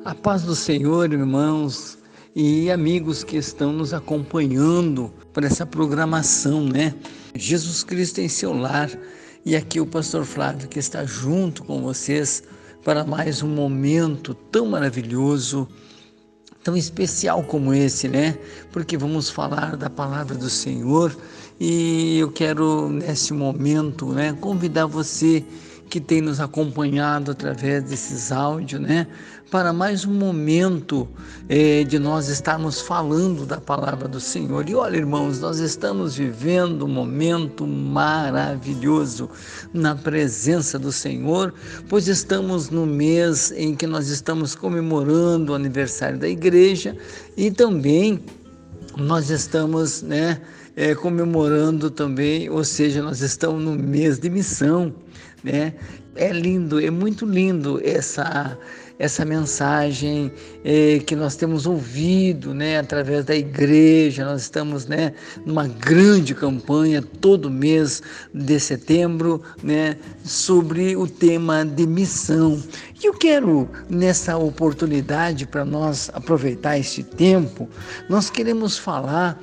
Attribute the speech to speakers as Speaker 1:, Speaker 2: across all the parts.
Speaker 1: A paz do Senhor, irmãos e amigos que estão nos acompanhando por essa programação, né? Jesus Cristo em seu lar, e aqui o pastor Flávio que está junto com vocês para mais um momento tão maravilhoso, tão especial como esse, né? Porque vamos falar da palavra do Senhor e eu quero nesse momento, né, convidar você que tem nos acompanhado através desses áudios, né, para mais um momento de nós estarmos falando da palavra do Senhor. E olha, irmãos, nós estamos vivendo um momento maravilhoso na presença do Senhor, pois estamos no mês em que nós estamos comemorando o aniversário da igreja e também nós estamos, né, comemorando também, ou seja, nós estamos no mês de missão, né? É lindo, é muito lindo essa mensagem que nós temos ouvido, né, através da igreja. Nós estamos, né, numa grande campanha todo mês de setembro, né, sobre o tema de missão. E eu quero, nessa oportunidade, para nós aproveitar este tempo, nós queremos falar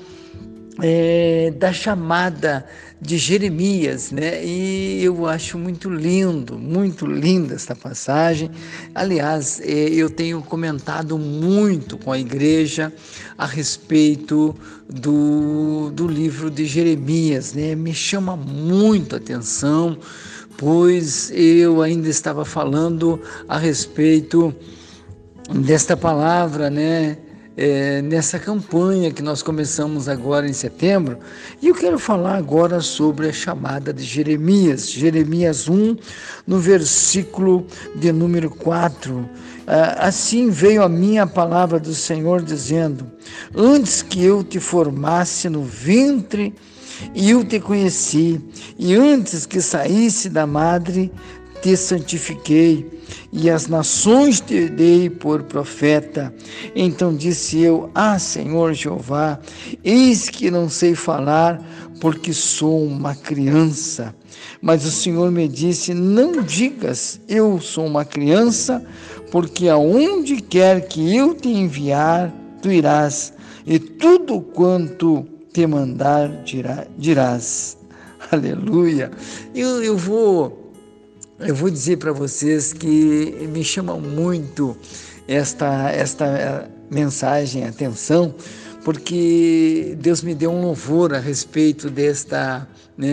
Speaker 1: da chamada de Jeremias, né? E eu acho muito linda esta passagem. Aliás, eu tenho comentado muito com a igreja a respeito do livro de Jeremias, né? Me chama muito a atenção, pois eu ainda estava falando a respeito desta palavra, né? Nessa campanha que nós começamos agora em setembro, e eu quero falar agora sobre a chamada de Jeremias, Jeremias 1, no versículo de número 4. Assim veio a mim a palavra do Senhor dizendo: antes que eu te formasse no ventre, e eu te conheci, e antes que saísse da madre, te santifiquei, e as nações te dei por profeta. Então disse eu: Senhor Jeová, eis que não sei falar, porque sou uma criança. Mas o Senhor me disse: não digas, eu sou uma criança, porque aonde quer que eu te enviar, tu irás, e tudo quanto te mandar dirás. Aleluia. Eu vou dizer para vocês que me chama muito esta mensagem, atenção, porque Deus me deu um louvor a respeito desta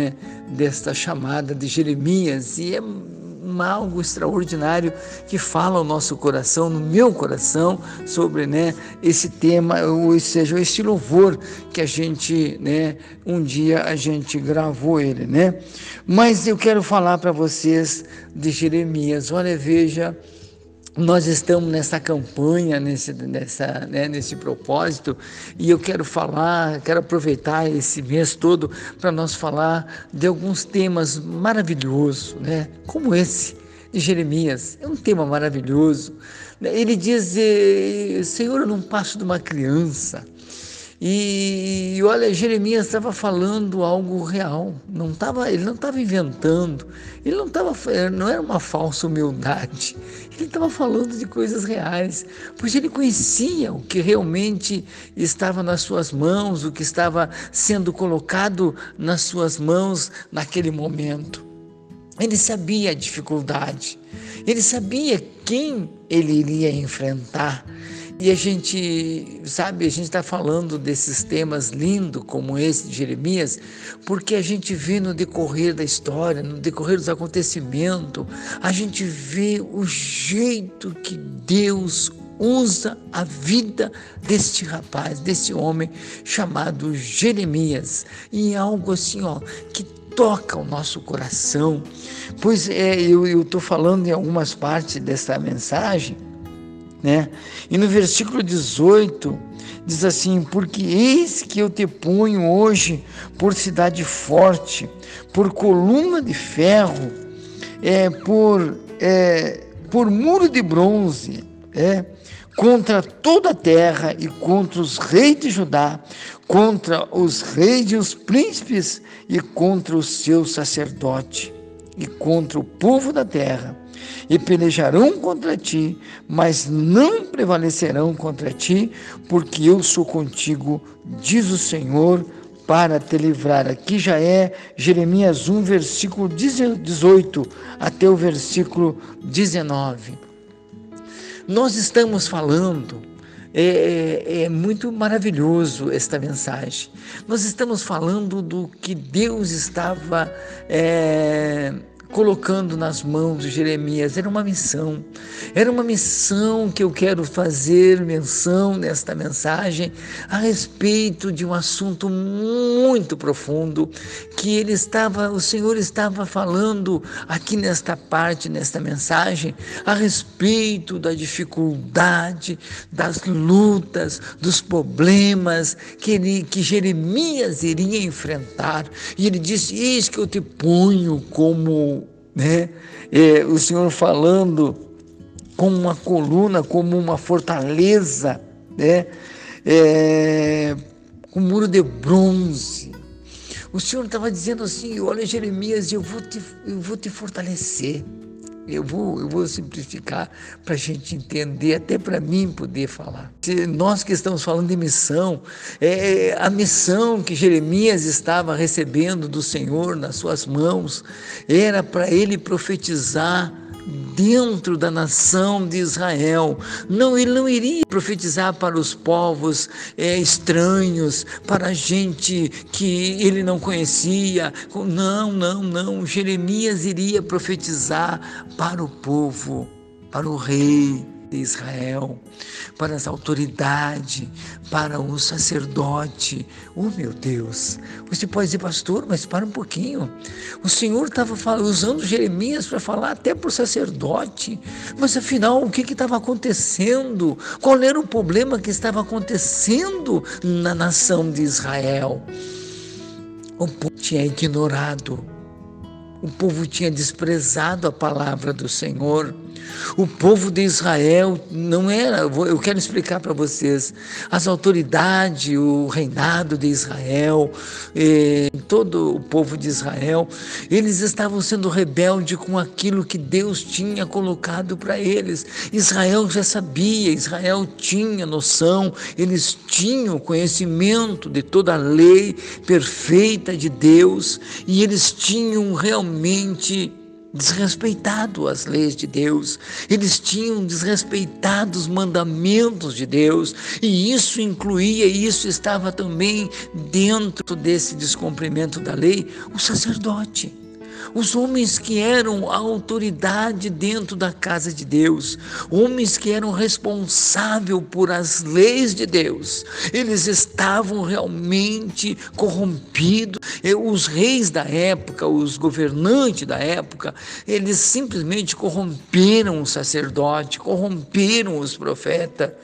Speaker 1: chamada de Jeremias, e é algo extraordinário que fala ao nosso coração, no meu coração, sobre, né, esse tema, ou seja, esse louvor que a gente, né, um dia a gente gravou ele, né? Mas eu quero falar para vocês de Jeremias. Olha, veja, nós estamos nessa campanha, nesse propósito, e eu quero aproveitar esse mês todo para nós falar de alguns temas maravilhosos, né? Como esse de Jeremias. É um tema maravilhoso. Ele diz: Senhor, eu não passo de uma criança. E olha, Jeremias estava falando algo real, ele não estava inventando, não era uma falsa humildade, ele estava falando de coisas reais, pois ele conhecia o que realmente estava nas suas mãos, o que estava sendo colocado nas suas mãos naquele momento. Ele sabia a dificuldade, ele sabia quem ele iria enfrentar. E a gente está falando desses temas lindos como esse de Jeremias, porque a gente vê no decorrer da história, no decorrer dos acontecimentos, a gente vê o jeito que Deus usa a vida deste rapaz, desse homem chamado Jeremias. E é algo assim, que toca o nosso coração, pois eu estou falando em algumas partes dessa mensagem, né? E no versículo 18 diz assim: porque eis que eu te ponho hoje por cidade forte, por coluna de ferro, por muro de bronze, contra toda a terra e contra os reis de Judá, contra os reis e os príncipes e contra os seus sacerdotes e contra o povo da terra. e pelejarão contra ti, mas não prevalecerão contra ti, porque eu sou contigo, diz o Senhor, para te livrar. Aqui já é Jeremias 1, versículo 18 até o versículo 19. Nós estamos falando, é muito maravilhoso esta mensagem. Nós estamos falando do que Deus estava colocando nas mãos de Jeremias. Era uma missão que eu quero fazer menção nesta mensagem a respeito de um assunto muito profundo que o Senhor estava falando aqui nesta mensagem, a respeito da dificuldade, das lutas, dos problemas que Jeremias iria enfrentar. E ele disse: eis que eu te ponho como o Senhor falando como uma coluna, como uma fortaleza, com um muro de bronze. O Senhor estava dizendo assim: olha, Jeremias, eu vou te fortalecer. Eu vou simplificar para a gente entender, até para mim poder falar. Nós que estamos falando de missão, a missão que Jeremias estava recebendo do Senhor nas suas mãos era para ele profetizar dentro da nação de Israel. Ele não iria profetizar para os povos estranhos, para a gente que ele não conhecia. Não. Jeremias iria profetizar para o povo, para o rei de Israel, para as autoridades, para o sacerdote. Oh, meu Deus! Você pode dizer: pastor, mas para um pouquinho. O Senhor estava usando Jeremias para falar até para o sacerdote. Mas afinal, o que estava acontecendo? Qual era o problema que estava acontecendo na nação de Israel? O povo tinha ignorado. O povo tinha desprezado a palavra do Senhor. O povo de Israel não era, eu quero explicar para vocês, as autoridades, o reinado de Israel, todo o povo de Israel, eles estavam sendo rebeldes com aquilo que Deus tinha colocado para eles. Israel já sabia, Israel tinha noção, eles tinham conhecimento de toda a lei perfeita de Deus, e eles tinham realmente desrespeitado as leis de Deus, eles tinham desrespeitado os mandamentos de Deus, e isso estava também dentro desse descumprimento da lei, o sacerdote. Os homens que eram a autoridade dentro da casa de Deus, homens que eram responsáveis por as leis de Deus, eles estavam realmente corrompidos. Os reis da época, os governantes da época, eles simplesmente corromperam o sacerdote, corromperam os profetas.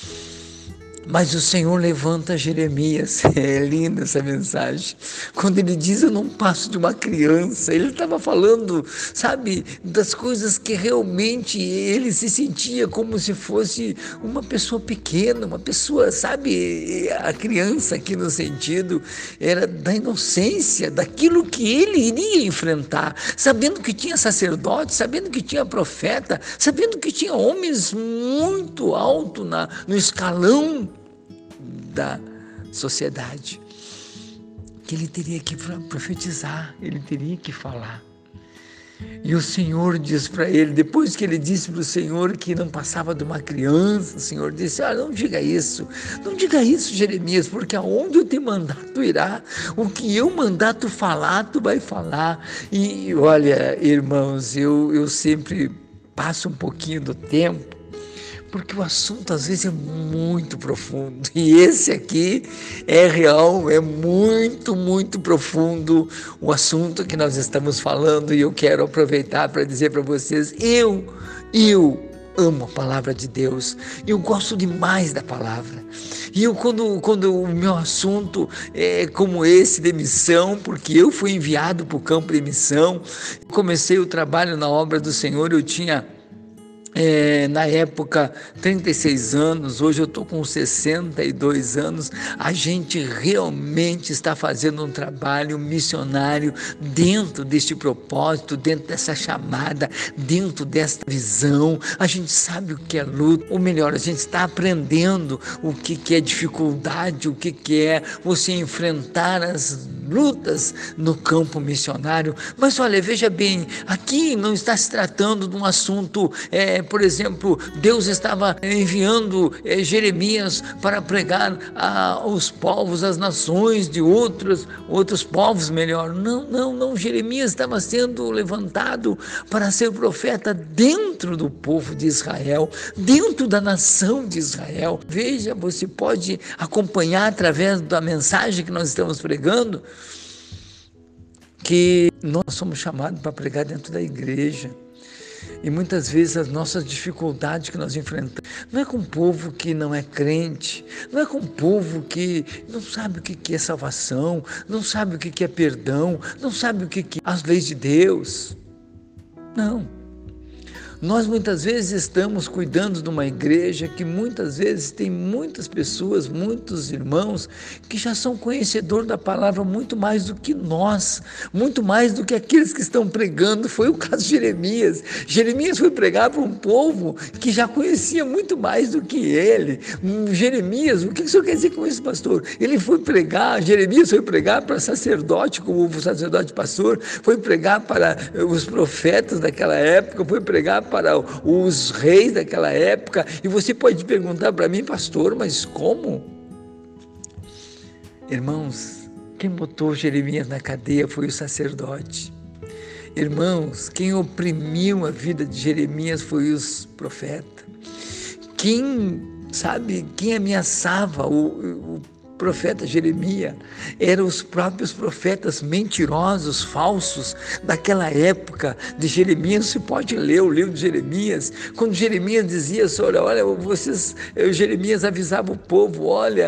Speaker 1: Mas o Senhor levanta Jeremias. É linda essa mensagem. Quando ele diz: eu não passo de uma criança. Ele estava falando, sabe, das coisas que realmente ele se sentia como se fosse uma pessoa pequena, uma pessoa, sabe, a criança aqui no sentido era da inocência, daquilo que ele iria enfrentar, sabendo que tinha sacerdote, sabendo que tinha profeta, sabendo que tinha homens muito altos no escalão da sociedade, que ele teria que profetizar, ele teria que falar. E o Senhor diz para ele, depois que ele disse para o Senhor que não passava de uma criança, o Senhor disse: não diga isso, Jeremias, porque aonde eu te mandar tu irá, o que eu mandar tu falar, tu vai falar. E olha, irmãos, eu sempre passo um pouquinho do tempo, porque o assunto às vezes é muito profundo, e esse aqui é real, é muito, muito profundo o assunto que nós estamos falando, e eu quero aproveitar para dizer para vocês, eu amo a palavra de Deus, eu gosto demais da palavra, e eu quando o meu assunto é como esse de missão, porque eu fui enviado para o campo de missão, comecei o trabalho na obra do Senhor, eu tinha na época 36 anos, hoje eu estou com 62 anos, a gente realmente está fazendo um trabalho missionário dentro deste propósito, dentro dessa chamada, dentro desta visão. A gente sabe o que é luta, ou melhor, a gente está aprendendo o que é dificuldade, o que é você enfrentar as lutas no campo missionário. Mas olha, veja bem, aqui não está se tratando de um assunto, por exemplo, Deus estava enviando Jeremias para pregar aos povos, às nações de outros povos, melhor. Não, Jeremias estava sendo levantado para ser profeta dentro do povo de Israel, dentro da nação de Israel. Veja, você pode acompanhar através da mensagem que nós estamos pregando, que nós somos chamados para pregar dentro da igreja. E muitas vezes as nossas dificuldades que nós enfrentamos não é com um povo que não é crente, não é com um povo que não sabe o que é salvação, não sabe o que é perdão, não sabe o que é as leis de Deus. Não. Nós muitas vezes estamos cuidando de uma igreja que muitas vezes tem muitas pessoas, muitos irmãos que já são conhecedores da palavra muito mais do que nós, muito mais do que aqueles que estão pregando. Foi o caso de Jeremias. Jeremias foi pregar para um povo que já conhecia muito mais do que ele. Jeremias, o que o senhor quer dizer com isso, pastor? Ele foi pregar, Jeremias foi pregar para sacerdote, como o sacerdote pastor, foi pregar para os profetas daquela época, foi pregar para os reis daquela época. E você pode perguntar para mim, pastor, mas como? Irmãos, quem botou Jeremias na cadeia foi o sacerdote. Irmãos, quem oprimiu a vida de Jeremias foi os profetas. Quem ameaçava o profeta Jeremias eram os próprios profetas mentirosos, falsos daquela época de Jeremias. Você pode ler o livro de Jeremias, quando Jeremias dizia, olha, Jeremias avisava o povo, olha,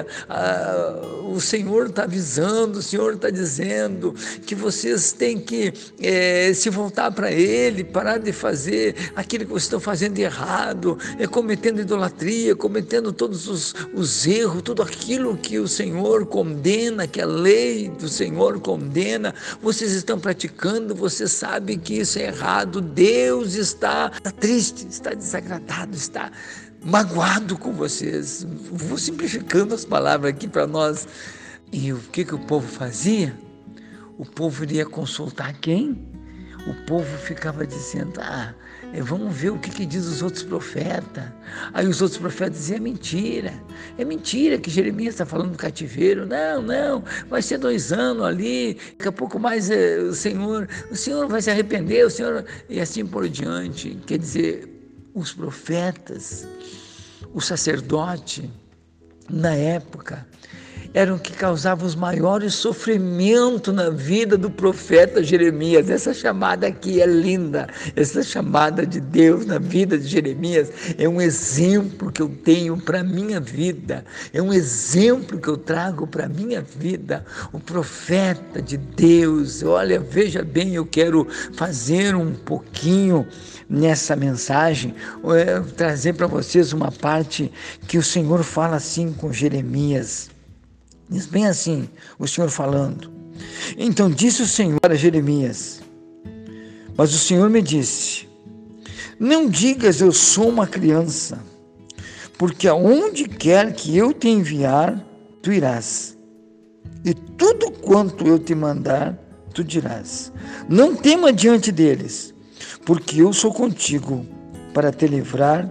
Speaker 1: o Senhor está avisando, o Senhor está dizendo que vocês têm que se voltar para Ele, parar de fazer aquilo que vocês estão fazendo de errado, cometendo idolatria, cometendo todos os erros, tudo aquilo que o Senhor condena, que a lei do Senhor condena, vocês estão praticando, você sabe que isso é errado. Deus está triste, está desagradado, está magoado com vocês. Vou simplificando as palavras aqui para nós. E o que o povo fazia? O povo iria consultar quem? O povo ficava dizendo, vamos ver o que diz os outros profetas. Aí os outros profetas diziam, é mentira que Jeremias está falando do cativeiro. Não, vai ser 2 anos ali, daqui a pouco mais o Senhor vai se arrepender, e assim por diante. Quer dizer, os profetas, o sacerdote, na época, eram que causavam os maiores sofrimentos na vida do profeta Jeremias. Essa chamada aqui é linda, essa chamada de Deus na vida de Jeremias é um exemplo que eu tenho para a minha vida, é um exemplo que eu trago para a minha vida. O profeta de Deus, olha, veja bem, eu quero fazer um pouquinho nessa mensagem, trazer para vocês uma parte que o Senhor fala assim com Jeremias. Diz bem assim, o Senhor falando. Então disse o Senhor a Jeremias, mas o Senhor me disse, não digas eu sou uma criança, porque aonde quer que eu te enviar, tu irás, e tudo quanto eu te mandar, tu dirás. Não tema diante deles, porque eu sou contigo para te livrar,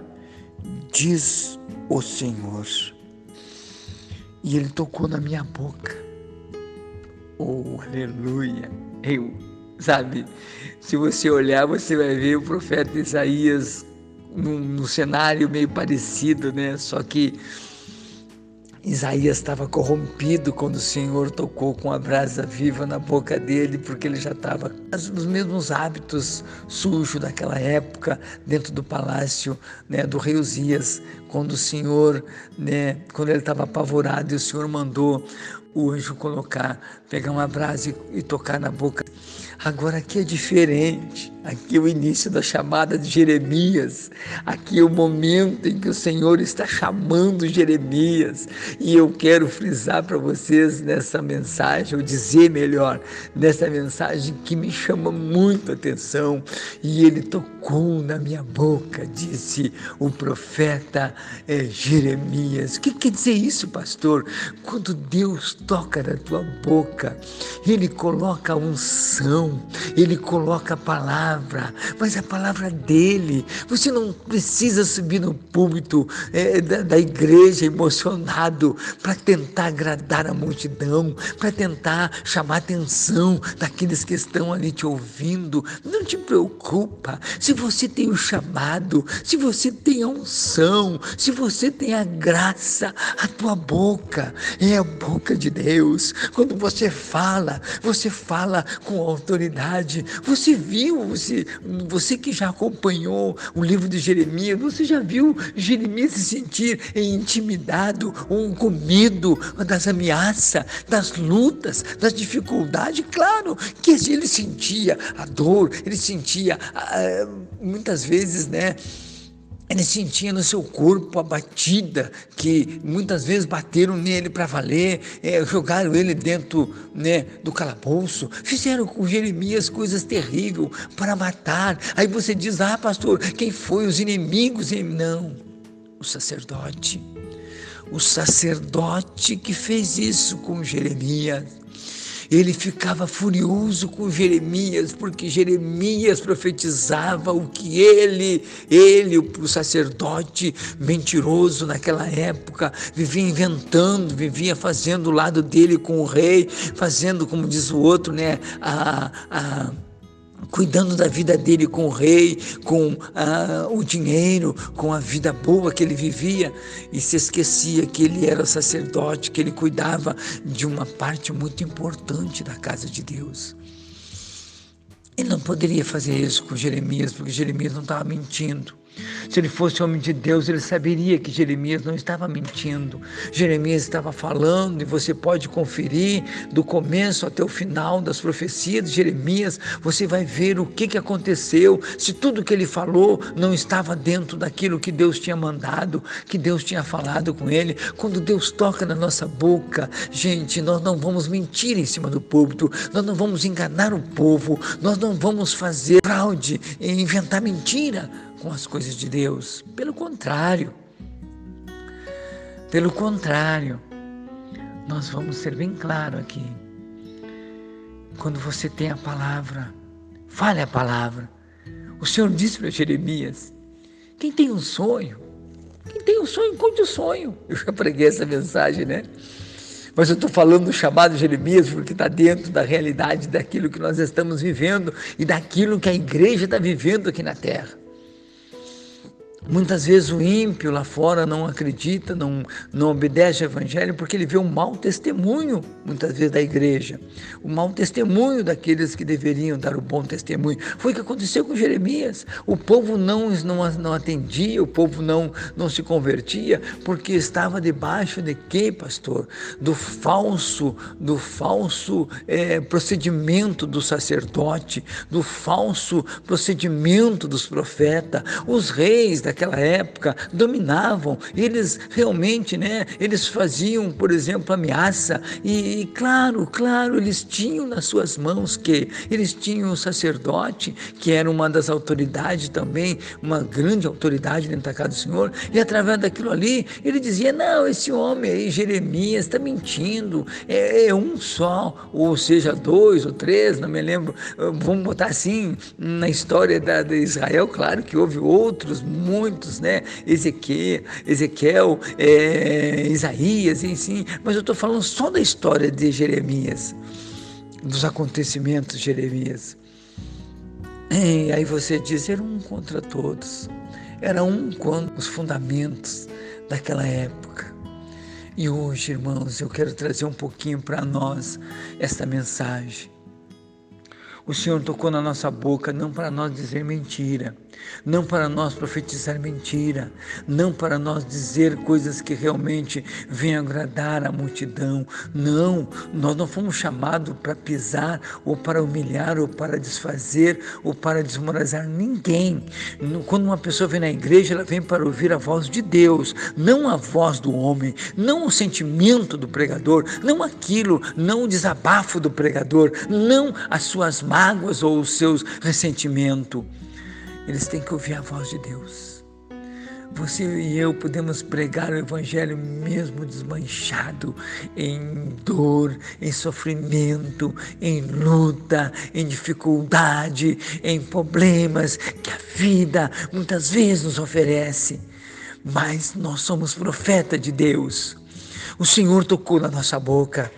Speaker 1: diz o Senhor. E ele tocou na minha boca. Oh, aleluia! Se você olhar, você vai ver o profeta Isaías num cenário meio parecido, né? Só que Isaías estava corrompido quando o Senhor tocou com a brasa viva na boca dele, porque ele já estava nos mesmos hábitos sujos daquela época, dentro do palácio, né, do rei Uzias, quando o Senhor, né, quando ele estava apavorado, e o Senhor mandou o anjo pegar uma brasa e tocar na boca. Agora aqui é diferente. Aqui é o início da chamada de Jeremias. Aqui é o momento em que o Senhor está chamando Jeremias. E eu quero frisar para vocês nessa mensagem, ou dizer melhor, nessa mensagem que me chama muito a atenção. E ele tocou na minha boca, disse o profeta Jeremias. O que quer dizer isso, pastor? Quando Deus toca na tua boca, Ele coloca a unção, Ele coloca a palavra, mas a palavra dele. Você não precisa subir no púlpito da igreja emocionado para tentar agradar a multidão, para tentar chamar a atenção daqueles que estão ali te ouvindo. Não te preocupa. Se você tem o chamado, se você tem a unção, se você tem a graça, a tua boca é a boca de Deus. Quando você fala com autoridade. Você viu, você que já acompanhou o livro de Jeremias, você já viu Jeremias se sentir intimidado ou com medo das ameaças, das lutas, das dificuldades? Claro que ele sentia a dor, ele sentia muitas vezes, ele sentia no seu corpo a batida, que muitas vezes bateram nele para valer, jogaram ele dentro do calabouço, fizeram com Jeremias coisas terríveis para matar. Aí você diz, pastor, quem foi os inimigos? Não, o sacerdote que fez isso com Jeremias. Ele ficava furioso com Jeremias, porque Jeremias profetizava o que ele, o sacerdote mentiroso naquela época, vivia inventando, vivia fazendo o lado dele com o rei, fazendo, como diz o outro, cuidando da vida dele com o rei, com o dinheiro, com a vida boa que ele vivia, e se esquecia que ele era sacerdote, que ele cuidava de uma parte muito importante da casa de Deus. Ele não poderia fazer isso com Jeremias, porque Jeremias não estava mentindo. Se ele fosse homem de Deus, ele saberia que Jeremias não estava mentindo. Jeremias estava falando, e você pode conferir do começo até o final das profecias de Jeremias. Você vai ver o que aconteceu, se tudo que ele falou não estava dentro daquilo que Deus tinha mandado, que Deus tinha falado com ele. Quando Deus toca na nossa boca, gente, nós não vamos mentir em cima do púlpito, nós não vamos enganar o povo, nós não vamos fazer fraude e inventar mentira com as coisas de Deus. Pelo contrário, nós vamos ser bem claros aqui. Quando você tem a palavra, fale a palavra. O Senhor disse para Jeremias, quem tem um sonho, conte o sonho. Eu já preguei essa mensagem, Mas eu estou falando do chamado de Jeremias porque está dentro da realidade daquilo que nós estamos vivendo e daquilo que a igreja está vivendo aqui na terra. Muitas vezes o ímpio lá fora não acredita, não obedece ao evangelho porque ele vê um mau testemunho, muitas vezes, da igreja, o mau testemunho daqueles que deveriam dar o bom testemunho. Foi o que aconteceu com Jeremias. O povo não atendia, o povo não se convertia porque estava debaixo de quê, pastor? Do falso procedimento do sacerdote, do falso procedimento dos profetas. Os reis daquela época dominavam, eles realmente, eles faziam, por exemplo, ameaça, e claro, eles tinham nas suas mãos eles tinham o sacerdote, que era uma das autoridades também, uma grande autoridade dentro da casa do Senhor, e através daquilo ali, ele dizia, não, esse homem aí, Jeremias, está mentindo, é um só, ou seja, 2 ou 3, não me lembro, vamos botar assim, na história de Israel, claro que houve outros, muitos, Ezequiel, Isaías, enfim, mas eu estou falando só da história de Jeremias, dos acontecimentos de Jeremias. E aí você diz, era um contra todos, era um contra os fundamentos daquela época. E hoje, irmãos, eu quero trazer um pouquinho para nós esta mensagem. O Senhor tocou na nossa boca não para nós dizer mentira, não para nós profetizar mentira, não para nós dizer coisas que realmente venham agradar a multidão. Não, nós não fomos chamados para pisar, ou para humilhar, ou para desfazer, ou para desmoralizar ninguém. Quando uma pessoa vem na igreja, ela vem para ouvir a voz de Deus, não a voz do homem, não o sentimento do pregador, não aquilo, não o desabafo do pregador, não as suas mágoas ou os seus ressentimentos. Eles têm que ouvir a voz de Deus. Você e eu podemos pregar o evangelho mesmo desmanchado, em dor, em sofrimento, em luta, em dificuldade, em problemas que a vida muitas vezes nos oferece. Mas nós somos profeta de Deus. O Senhor tocou na nossa boca,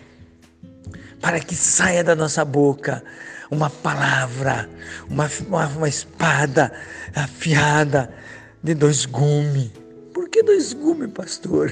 Speaker 1: para que saia da nossa boca uma palavra, uma espada afiada de 2 gumes. Por que 2 gumes, pastor?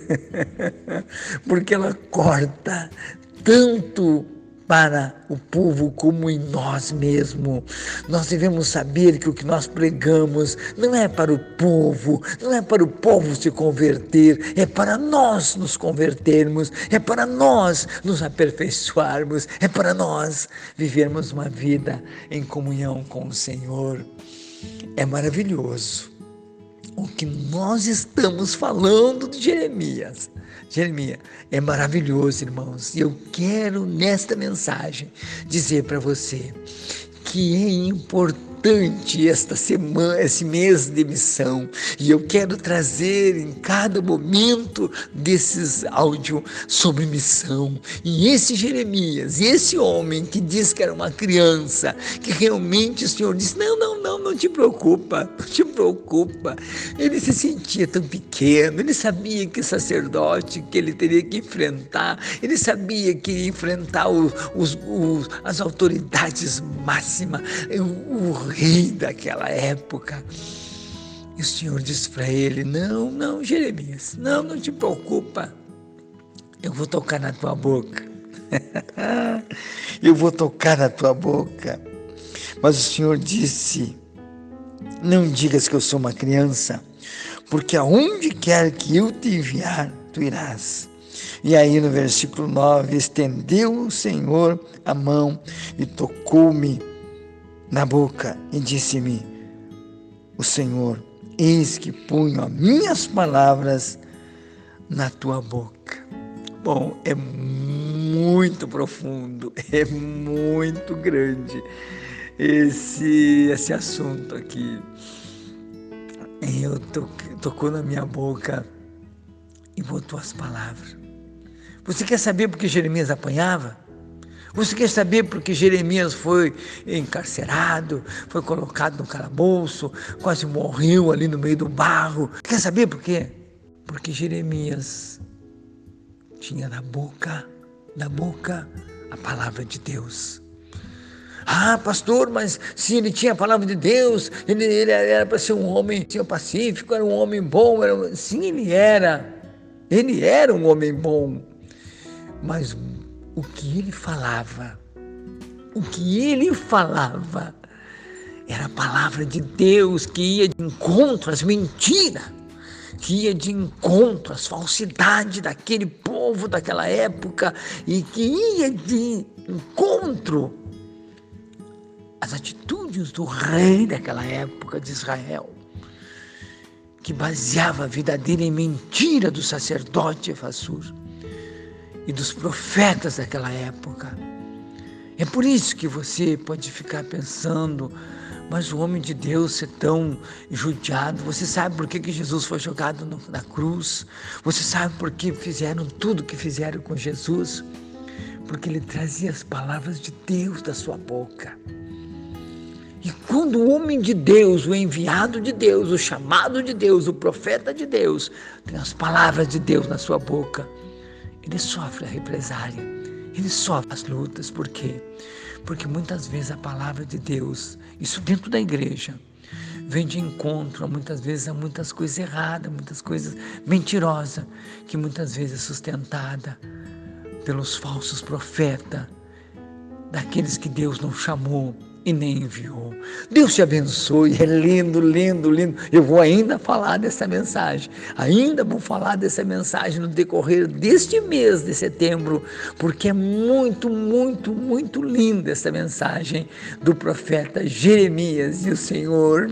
Speaker 1: Porque ela corta tanto para o povo como em nós mesmos. Nós devemos saber que o que nós pregamos não é para o povo, não é para o povo se converter, é para nós nos convertermos, é para nós nos aperfeiçoarmos, é para nós vivermos uma vida em comunhão com o Senhor. É maravilhoso o que nós estamos falando de Jeremias. Jeremias, é maravilhoso, irmãos, e eu quero nesta mensagem dizer para você que é importante esta semana, esse mês de missão, e eu quero trazer em cada momento desses áudios sobre missão. E esse Jeremias, e esse homem que diz que era uma criança, que realmente o Senhor disse, não te preocupa, não te preocupa. Ele se sentia tão pequeno, ele sabia que sacerdote que ele teria que enfrentar, ele sabia que ia enfrentar as autoridades máximas, o rei daquela época. E o Senhor disse para ele, não, Jeremias, não te preocupa, eu vou tocar na tua boca, eu vou tocar na tua boca. Mas o Senhor disse, não digas que eu sou uma criança, porque aonde quer que eu te enviar, tu irás. E aí no versículo 9, estendeu o Senhor a mão e tocou-me na boca e disse-me, o Senhor, eis que ponho as minhas palavras na tua boca. Bom, é muito profundo, é muito grande esse assunto aqui. Tocou na minha boca e botou as palavras. Você quer saber por que Jeremias apanhava? Você quer saber por que Jeremias foi encarcerado, foi colocado no calabouço, quase morreu ali no meio do barro? Quer saber por quê? Porque Jeremias tinha na boca a palavra de Deus. Ah, pastor, mas se ele tinha a palavra de Deus, ele era para ser um homem pacífico, era um homem bom. Sim, ele era um homem bom. Mas o que ele falava era a palavra de Deus, que ia de encontro às mentiras, que ia de encontro às falsidades daquele povo daquela época, e que ia de encontro às atitudes do rei daquela época de Israel, que baseava a vida dele em mentira do sacerdote Efassur e dos profetas daquela época. É por isso que você pode ficar pensando, mas o homem de Deus ser tão judiado. Você sabe por que Jesus foi jogado na cruz? Você sabe por que fizeram tudo que fizeram com Jesus? Porque ele trazia as palavras de Deus da sua boca. E quando o homem de Deus, o enviado de Deus, o chamado de Deus, o profeta de Deus, tem as palavras de Deus na sua boca, ele sofre a represália, ele sofre as lutas. Por quê? Porque muitas vezes a palavra de Deus, isso dentro da igreja, vem de encontro muitas vezes a muitas coisas erradas, muitas coisas mentirosas, que muitas vezes é sustentada pelos falsos profetas, daqueles que Deus não chamou e nem enviou. Deus te abençoe, é lindo, lindo, lindo. Eu vou ainda falar dessa mensagem, no decorrer deste mês de setembro, porque é muito, muito, muito linda essa mensagem do profeta Jeremias. E o Senhor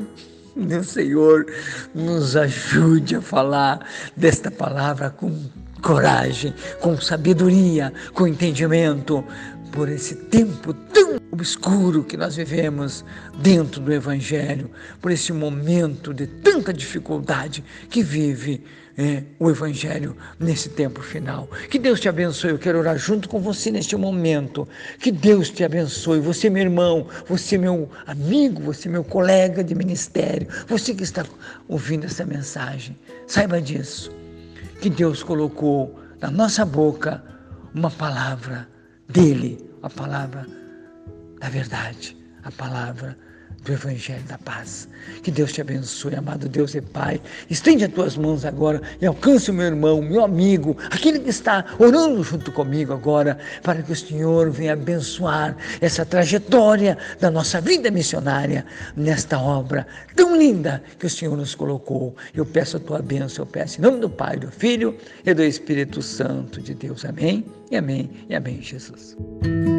Speaker 1: nos ajude a falar desta palavra com coragem, com sabedoria, com entendimento, por esse tempo tão obscuro que nós vivemos dentro do Evangelho, por esse momento de tanta dificuldade que vive o Evangelho nesse tempo final. Que Deus te abençoe. Eu quero orar junto com você neste momento. Que Deus te abençoe. Você, meu irmão, você, meu amigo, você, meu colega de ministério, você que está ouvindo essa mensagem, saiba disso, que Deus colocou na nossa boca uma palavra dele, a palavra da verdade, a palavra do Evangelho da paz. Que Deus te abençoe, amado Deus e Pai. Estende as tuas mãos agora e alcance o meu irmão, meu amigo, aquele que está orando junto comigo agora, para que o Senhor venha abençoar essa trajetória da nossa vida missionária nesta obra tão linda que o Senhor nos colocou. Eu peço a tua bênção, eu peço em nome do Pai, do Filho e do Espírito Santo de Deus. Amém, e amém, e amém, Jesus.